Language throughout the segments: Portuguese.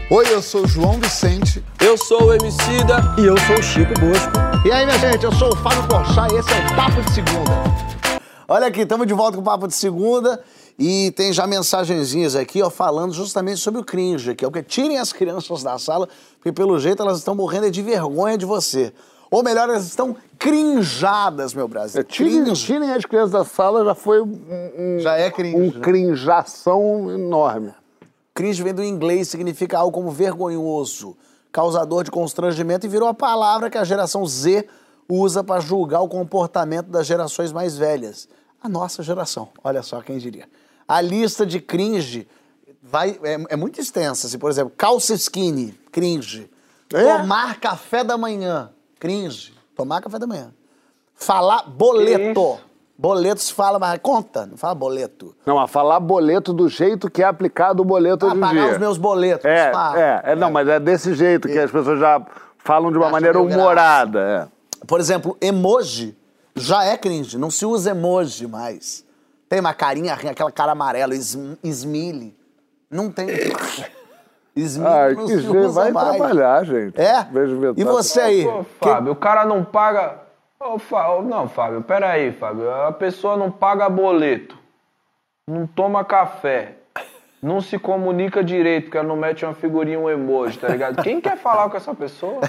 Oi, eu sou o João Vicente. Eu sou o Emicida. E eu sou o Chico Bosco. E aí, minha gente, eu sou o Fábio Porchat e esse é o Papo de Segunda. Olha aqui, estamos de volta com o Papo de Segunda e tem já mensagenzinhas aqui, ó, falando justamente sobre o cringe, que é o que tirem as crianças da sala, porque pelo jeito elas estão morrendo de vergonha de você. Ou melhor, elas estão crinjadas, meu Brasil. Tirem as crianças da sala já foi já é cringe, um crinjação enorme. Cringe vem do inglês, significa algo como vergonhoso, causador de constrangimento e virou a palavra que a geração Z usa para julgar o comportamento das gerações mais velhas. A nossa geração, olha só quem diria. A lista de cringe é muito extensa. Assim, por exemplo, calça skinny, cringe. Tomar café da manhã, cringe. Tomar café da manhã. Falar boleto. Boleto se fala, mas conta, não fala boleto. Não, a falar boleto do jeito que é aplicado o boleto hoje em dia. Pagar os meus boletos. Não, mas é desse jeito que as pessoas já falam de uma maneira humorada. Por exemplo, emoji já é cringe, não se usa emoji mais. Tem uma carinha, aquela cara amarela, smile. Não tem. Smile não se usa vai mais. Trabalhar, gente. E você aí? Pô, Fábio, o cara não paga... Não, Fábio, peraí, Fábio. A pessoa não paga boleto, não toma café, não se comunica direito, porque ela não mete uma figurinha, um emoji, tá ligado? Quem quer falar com essa pessoa?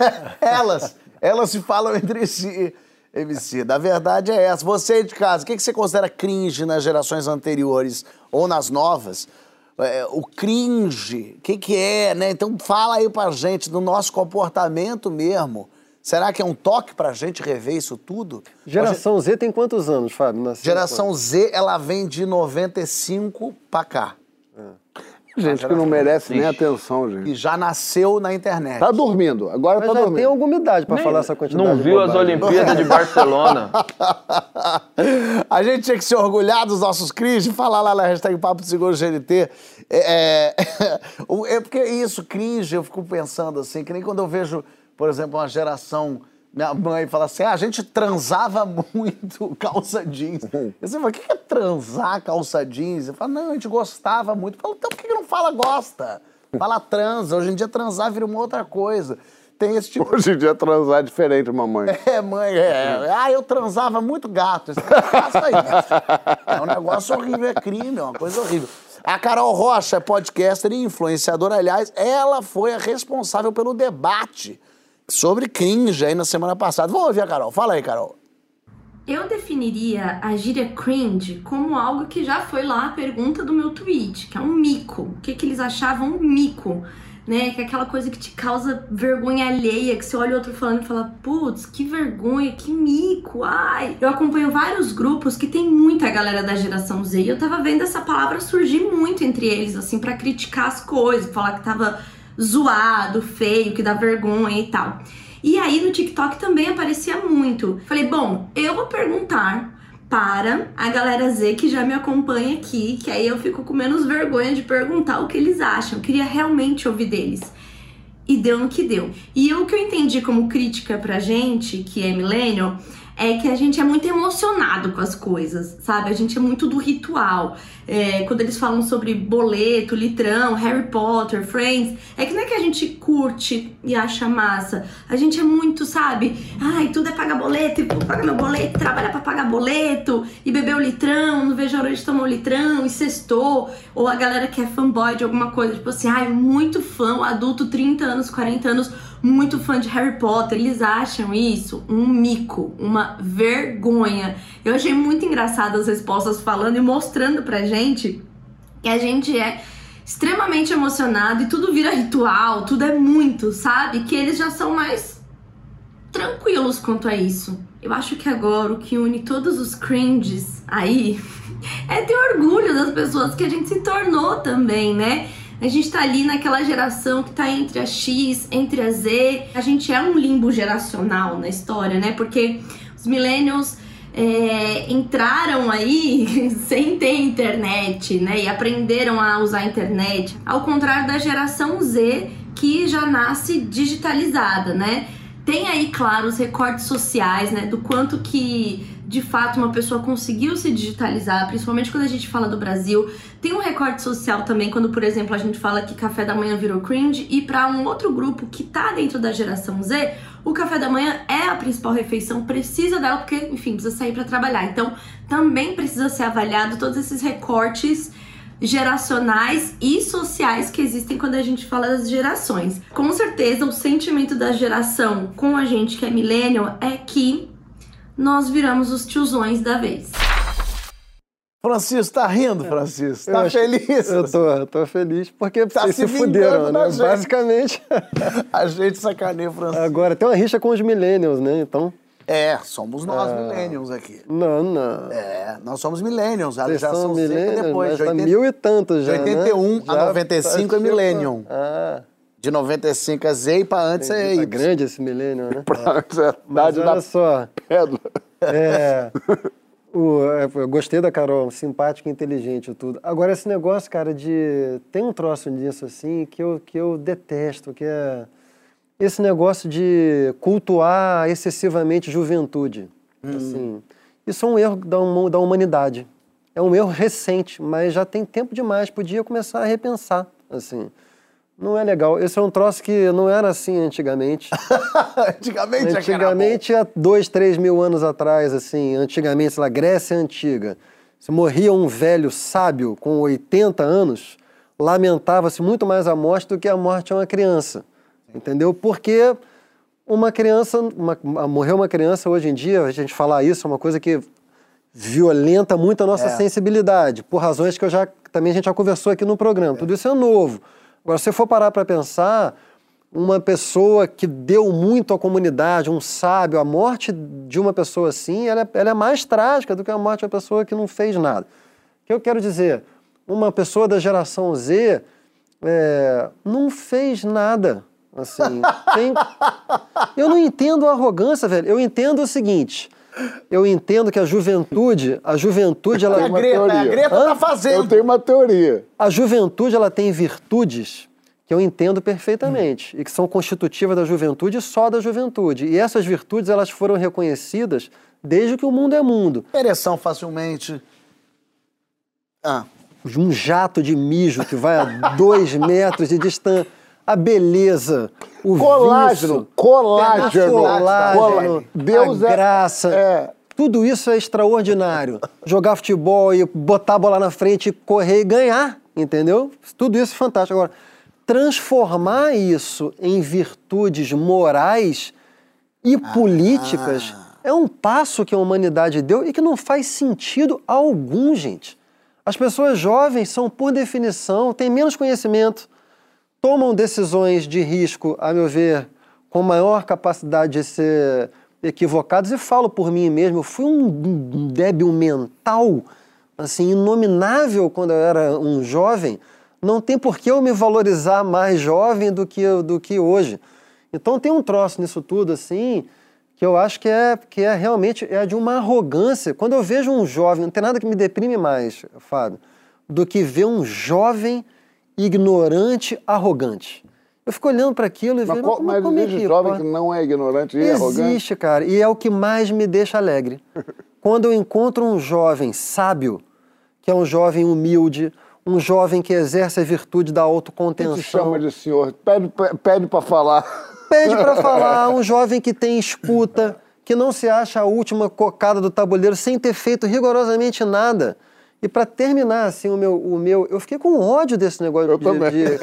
Elas se falam entre si, MC. Da verdade é essa. Você aí de casa, o que você considera cringe nas gerações anteriores ou nas novas? O cringe, o que é, né? Então fala aí pra gente do nosso comportamento mesmo. Será que é um toque pra gente rever isso tudo? Geração Z tem quantos anos, Fábio? Geração Z, ela vem de 95 pra cá. Gente que não merece nem atenção, gente. E já nasceu na internet. Tá dormindo, agora mas tá já dormindo. Tem alguma idade pra falar essa quantidade não de viu bobagem. as Olimpíadas de Barcelona. A gente tinha que se orgulhar dos nossos cringe, falar lá na hashtag Papo de Seguro GNT. Porque isso, cringe, eu fico pensando assim, que nem quando eu vejo, por exemplo, uma geração... Minha mãe fala assim, a gente transava muito calça jeans. Eu falo, o que é transar calça jeans? Eu falo, não, a gente gostava muito. Eu falo, então por que não fala gosta? Fala transa. Hoje em dia transar vira uma outra coisa. Tem esse tipo... Hoje em dia transar é diferente, mamãe. Mãe, eu transava muito gato. É um negócio horrível, é crime, é uma coisa horrível. A Carol Rocha, podcaster e influenciadora, aliás, ela foi a responsável pelo debate sobre cringe aí na semana passada. Vamos ouvir a Carol. Fala aí, Carol. Eu definiria a gíria cringe como algo que já foi lá a pergunta do meu tweet, que é um mico. O que eles achavam um mico, né? Que é aquela coisa que te causa vergonha alheia, que você olha o outro falando e fala, putz, que vergonha, que mico, ai. Eu acompanho vários grupos que tem muita galera da geração Z e eu tava vendo essa palavra surgir muito entre eles, assim, pra criticar as coisas, falar que tava zoado, feio, que dá vergonha e tal. E aí no TikTok também aparecia muito. Falei, bom, eu vou perguntar para a galera Z que já me acompanha aqui, que aí eu fico com menos vergonha de perguntar o que eles acham. Eu queria realmente ouvir deles. E deu no que deu. E o que eu entendi como crítica pra gente, que é millennial, é que a gente é muito emocionado com as coisas, sabe? A gente é muito do ritual. Quando eles falam sobre boleto, litrão, Harry Potter, Friends, é que não é que a gente curte e acha massa. A gente é muito, sabe? Ai, tudo é pagar boleto, e vou pagar meu boleto, trabalhar pra pagar boleto, e beber o litrão, não vejo a hora de tomar o litrão, e sextou. Ou a galera que é fanboy de alguma coisa, tipo assim, ai, muito fã, adulto, 30 anos, 40 anos, muito fã de Harry Potter. Eles acham isso um mico, uma vergonha. Eu achei muito engraçado as respostas falando e mostrando pra gente que a gente é extremamente emocionado e tudo vira ritual, tudo é muito, sabe? Que eles já são mais tranquilos quanto a isso. Eu acho que agora o que une todos os cringes aí é ter orgulho das pessoas que a gente se tornou também, né? A gente tá ali naquela geração que tá entre a X, entre a Z. A gente é um limbo geracional na história, né? Porque os millennials entraram aí sem ter internet, né? E aprenderam a usar a internet. Ao contrário da geração Z, que já nasce digitalizada, né? Tem aí, claro, os recortes sociais, né? Do quanto que de fato uma pessoa conseguiu se digitalizar, principalmente quando a gente fala do Brasil. Tem um recorte social também quando, por exemplo, a gente fala que café da manhã virou cringe, e para um outro grupo que tá dentro da geração Z, o café da manhã é a principal refeição, precisa dela porque, enfim, precisa sair para trabalhar. Então, também precisa ser avaliado todos esses recortes geracionais e sociais que existem quando a gente fala das gerações. Com certeza, o sentimento da geração com a gente que é millennial é que nós viramos os tiozões da vez. Francisco, tá rindo, Francisco? Tá feliz? Eu tô feliz porque tá se fuderam, né? Gente. Basicamente. A gente sacaneia o Francisco. Agora, tem uma rixa com os millennials, né? Então... somos nós millennials aqui. Não. Nós somos millennials. A Vocês geração são Z millennials, depois. mas De tá 80, mil e tantos já, de 81 né? a 95 é millennium. De 95 é Z e pra antes é Tá Y. grande esse millennial, né? Pra antes é a Mas idade olha da só, pedra. eu gostei da Carol, simpática e inteligente e tudo. Agora, esse negócio, cara, tem um troço nisso, assim, que eu detesto, que é esse negócio de cultuar excessivamente juventude. Assim, isso é um erro da humanidade. É um erro recente, mas já tem tempo demais. Podia começar a repensar, assim. Não é legal. Esse é um troço que não era assim antigamente. Antigamente, há 2, 3 mil anos atrás, assim, antigamente, sei lá, Grécia Antiga, se morria um velho sábio com 80 anos, lamentava-se muito mais a morte do que a morte a uma criança. Entendeu? Porque morrer uma criança hoje em dia, a gente falar isso é uma coisa que violenta muito a nossa sensibilidade, por razões que também a gente já conversou aqui no programa. Tudo isso é novo. Agora, se você for parar para pensar, uma pessoa que deu muito à comunidade, um sábio, a morte de uma pessoa assim, ela é mais trágica do que a morte de uma pessoa que não fez nada. O que eu quero dizer? Uma pessoa da geração Z não fez nada. Assim, eu não entendo a arrogância, velho. Eu entendo o seguinte... Eu entendo que a juventude ela... A Greta tá fazendo. Eu tenho uma teoria. A juventude, ela tem virtudes que eu entendo perfeitamente e que são constitutivas da juventude e só da juventude. E essas virtudes, elas foram reconhecidas desde que o mundo é mundo. Ereção facilmente. Um jato de mijo que vai a 2 metros de distância. A beleza, o Colágeno. Deus a graça. Tudo isso é extraordinário. Jogar futebol e botar a bola na frente, correr e ganhar, entendeu? Tudo isso é fantástico. Agora, transformar isso em virtudes morais e políticas é um passo que a humanidade deu e que não faz sentido algum, gente. As pessoas jovens são, por definição, têm menos conhecimento, tomam decisões de risco, a meu ver, com maior capacidade de ser equivocados, e falo por mim mesmo, eu fui um débil mental, assim, inominável quando eu era um jovem, não tem por que eu me valorizar mais jovem do que hoje. Então tem um troço nisso tudo, assim, que eu acho que é realmente de uma arrogância. Quando eu vejo um jovem, não tem nada que me deprime mais, Fábio, do que ver um jovem ignorante, arrogante. Eu fico olhando para aquilo e vejo... Mas existe jovem que não é ignorante e arrogante? Existe, cara, e é o que mais me deixa alegre. Quando eu encontro um jovem sábio, que é um jovem humilde, um jovem que exerce a virtude da autocontenção... Que te chama de senhor? Pede para falar. Pede para falar, um jovem que tem escuta, que não se acha a última cocada do tabuleiro sem ter feito rigorosamente nada. E para terminar, assim, eu fiquei com ódio desse negócio de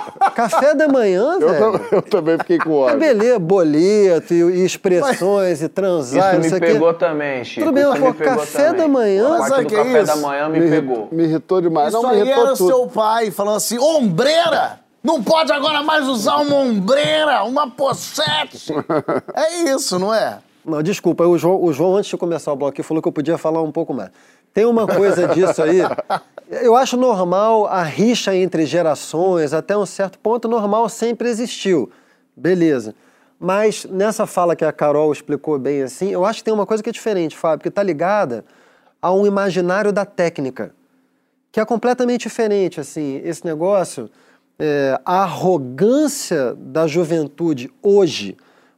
café da manhã, velho. Eu também fiquei com ódio. Beleza, boleto e expressões e transar. Isso me pegou também, Chico. Tudo bem, mas café da manhã... A parte do café da manhã me pegou. Me irritou demais. Isso aí era seu pai falando assim, ombreira! Não pode agora mais usar uma ombreira, uma pochete! É isso, não é? Não, desculpa, o João, antes de começar o bloco aqui, falou que eu podia falar um pouco mais. Tem uma coisa disso aí, eu acho normal a rixa entre gerações, até um certo ponto normal sempre existiu, beleza. Mas nessa fala que a Carol explicou bem assim, eu acho que tem uma coisa que é diferente, Fábio, que está ligada a um imaginário da técnica, que é completamente diferente, assim, esse negócio, a arrogância da juventude hoje,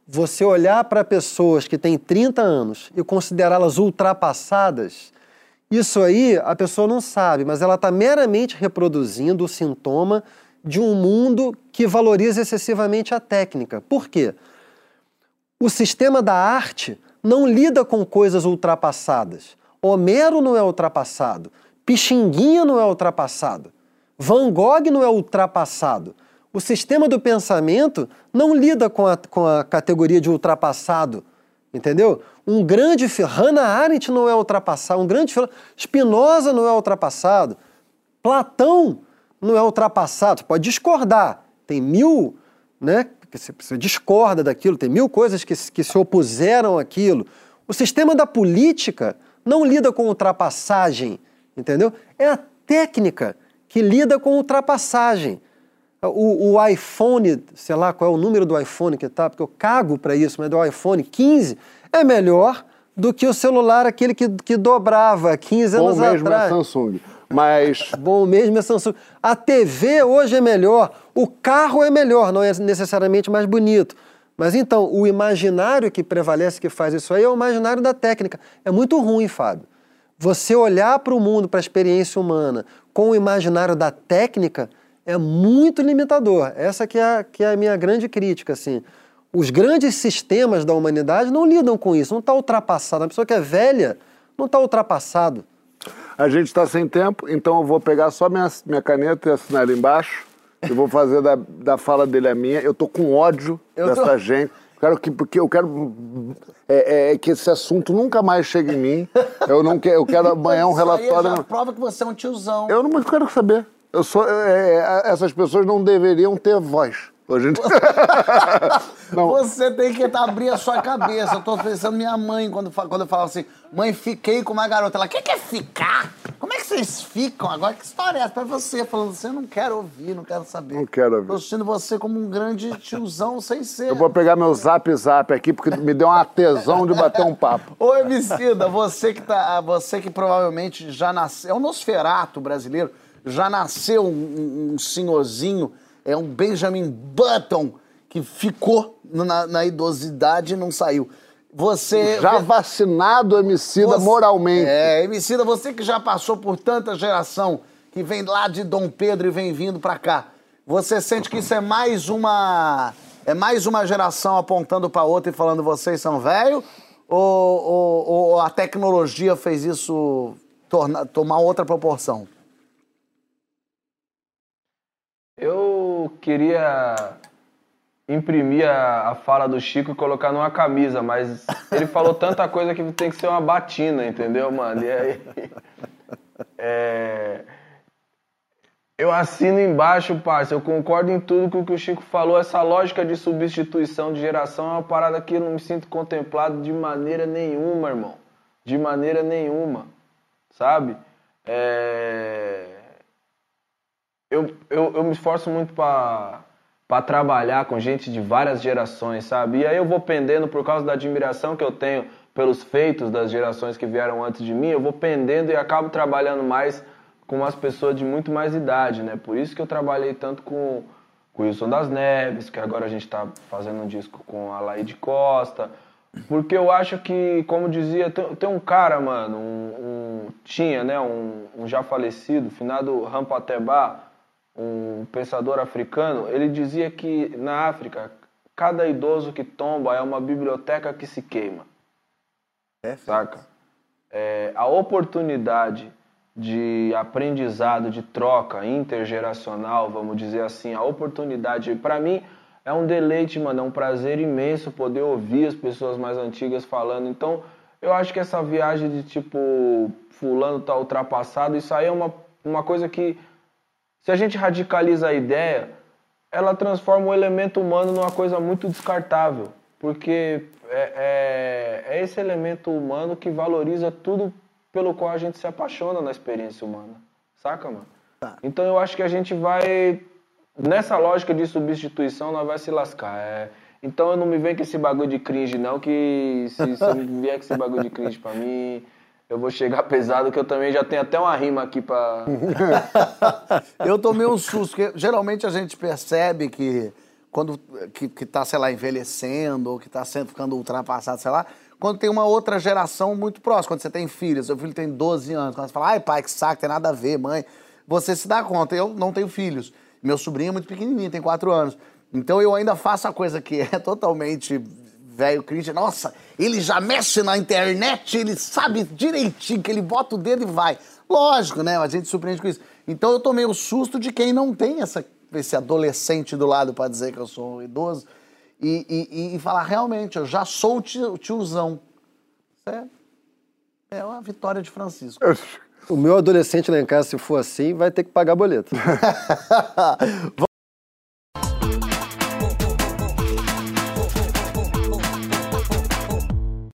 você olhar para pessoas que têm 30 anos e considerá-las ultrapassadas, isso aí a pessoa não sabe, mas ela está meramente reproduzindo o sintoma de um mundo que valoriza excessivamente a técnica. Por quê? O sistema da arte não lida com coisas ultrapassadas. Homero não é ultrapassado, Pixinguinha não é ultrapassado, Van Gogh não é ultrapassado. O sistema do pensamento não lida com a categoria de ultrapassado, entendeu? Um grande Hannah Arendt não é ultrapassado, um grande Spinoza não é ultrapassado, Platão não é ultrapassado. Você pode discordar, tem 1000, né? Você discorda daquilo, tem 1000 coisas que se opuseram àquilo. O sistema da política não lida com ultrapassagem, entendeu? É a técnica que lida com ultrapassagem. O iPhone, sei lá qual é o número do iPhone que tá, porque eu cago para isso, mas do iPhone 15 é melhor do que o celular aquele que dobrava 15 anos atrás. Bom mesmo é Samsung, mas... Bom mesmo é Samsung. A TV hoje é melhor, o carro é melhor, não é necessariamente mais bonito. Mas então, o imaginário que prevalece, que faz isso aí, é o imaginário da técnica. É muito ruim, Fábio. Você olhar para o mundo, para a experiência humana, com o imaginário da técnica, é muito limitador. Essa que é a minha grande crítica, assim. Os grandes sistemas da humanidade não lidam com isso, não está ultrapassado. A pessoa que é velha não está ultrapassado. A gente está sem tempo, então eu vou pegar só minha caneta e assinar ali embaixo. Eu vou fazer da fala dele a minha. Eu tô com ódio dessa gente. Porque eu quero que esse assunto nunca mais chegue em mim. Eu quero amanhã um relatório. Isso aí prova que você é um tiozão. Eu não quero saber. Essas pessoas não deveriam ter voz. Não. Você tem que abrir a sua cabeça. Eu tô pensando minha mãe quando eu falava assim, mãe, fiquei com uma garota. Ela, o que é ficar? Como é que vocês ficam? Agora que história é essa? Pra você, falando assim, eu não quero ouvir, não quero saber. Não quero ouvir. Tô assistindo você como um grande tiozão sem ser. Eu vou pegar meu zap aqui, porque me deu uma tesão de bater um papo. Ô, Emicida, você que provavelmente já nasceu, é um Nosferatu brasileiro, já nasceu um senhorzinho, é um Benjamin Button, que ficou na idosidade e não saiu. Você... Já vacinado, Emicida, moralmente. Emicida, você que já passou por tanta geração, que vem lá de Dom Pedro e vem vindo pra cá, você sente que isso é mais uma geração apontando pra outra e falando vocês são velhos? Ou a tecnologia fez isso tomar outra proporção? Eu queria imprimir a fala do Chico e colocar numa camisa, mas ele falou tanta coisa que tem que ser uma batina, entendeu, mano? E aí... Eu assino embaixo, parça, eu concordo em tudo com o que o Chico falou. Essa lógica de substituição de geração é uma parada que eu não me sinto contemplado de maneira nenhuma, irmão. De maneira nenhuma, sabe? Eu me esforço muito pra trabalhar com gente de várias gerações, sabe? E aí eu vou pendendo, por causa da admiração que eu tenho pelos feitos das gerações que vieram antes de mim, eu vou pendendo e acabo trabalhando mais com umas pessoas de muito mais idade, né? Por isso que eu trabalhei tanto com o Wilson das Neves, que agora a gente tá fazendo um disco com a Laíde Costa, porque eu acho que, como dizia, tem um cara, mano, tinha, né, um já falecido, finado Rampateba, um pensador africano, ele dizia que na África, cada idoso que tomba é uma biblioteca que se queima. Saca? A oportunidade de aprendizado, de troca intergeracional, vamos dizer assim, a oportunidade, pra mim, é um deleite, mano, é um prazer imenso poder ouvir as pessoas mais antigas falando. Então, eu acho que essa viagem de tipo, fulano tá ultrapassado, isso aí é uma coisa que, se a gente radicaliza a ideia, ela transforma o elemento humano numa coisa muito descartável. Porque é esse elemento humano que valoriza tudo pelo qual a gente se apaixona na experiência humana. Saca, mano? Tá. Então eu acho que a gente vai... Nessa lógica de substituição, nós vai se lascar. Então eu não me venho com esse bagulho de cringe, não, que se me vier com esse bagulho de cringe pra mim... Eu vou chegar pesado, que eu também já tenho até uma rima aqui pra... Eu tomei um susto, porque geralmente a gente percebe que quando que tá, sei lá, envelhecendo, ou que tá ficando ultrapassado, sei lá, quando tem uma outra geração muito próxima, quando você tem filhos, seu filho tem 12 anos, quando você fala, ai pai, que saco, tem nada a ver, mãe, você se dá conta, eu não tenho filhos, meu sobrinho é muito pequenininho, tem 4 anos, então eu ainda faço a coisa que é totalmente velho cringe, nossa, ele já mexe na internet, ele sabe direitinho que ele bota o dedo e vai. Lógico, né, a gente surpreende com isso. Então eu tomei o susto de quem não tem esse adolescente do lado para dizer que eu sou um idoso e falar, realmente, eu já sou o tiozão. Isso é uma vitória de Francisco. O meu adolescente lá em casa, se for assim, vai ter que pagar boleto.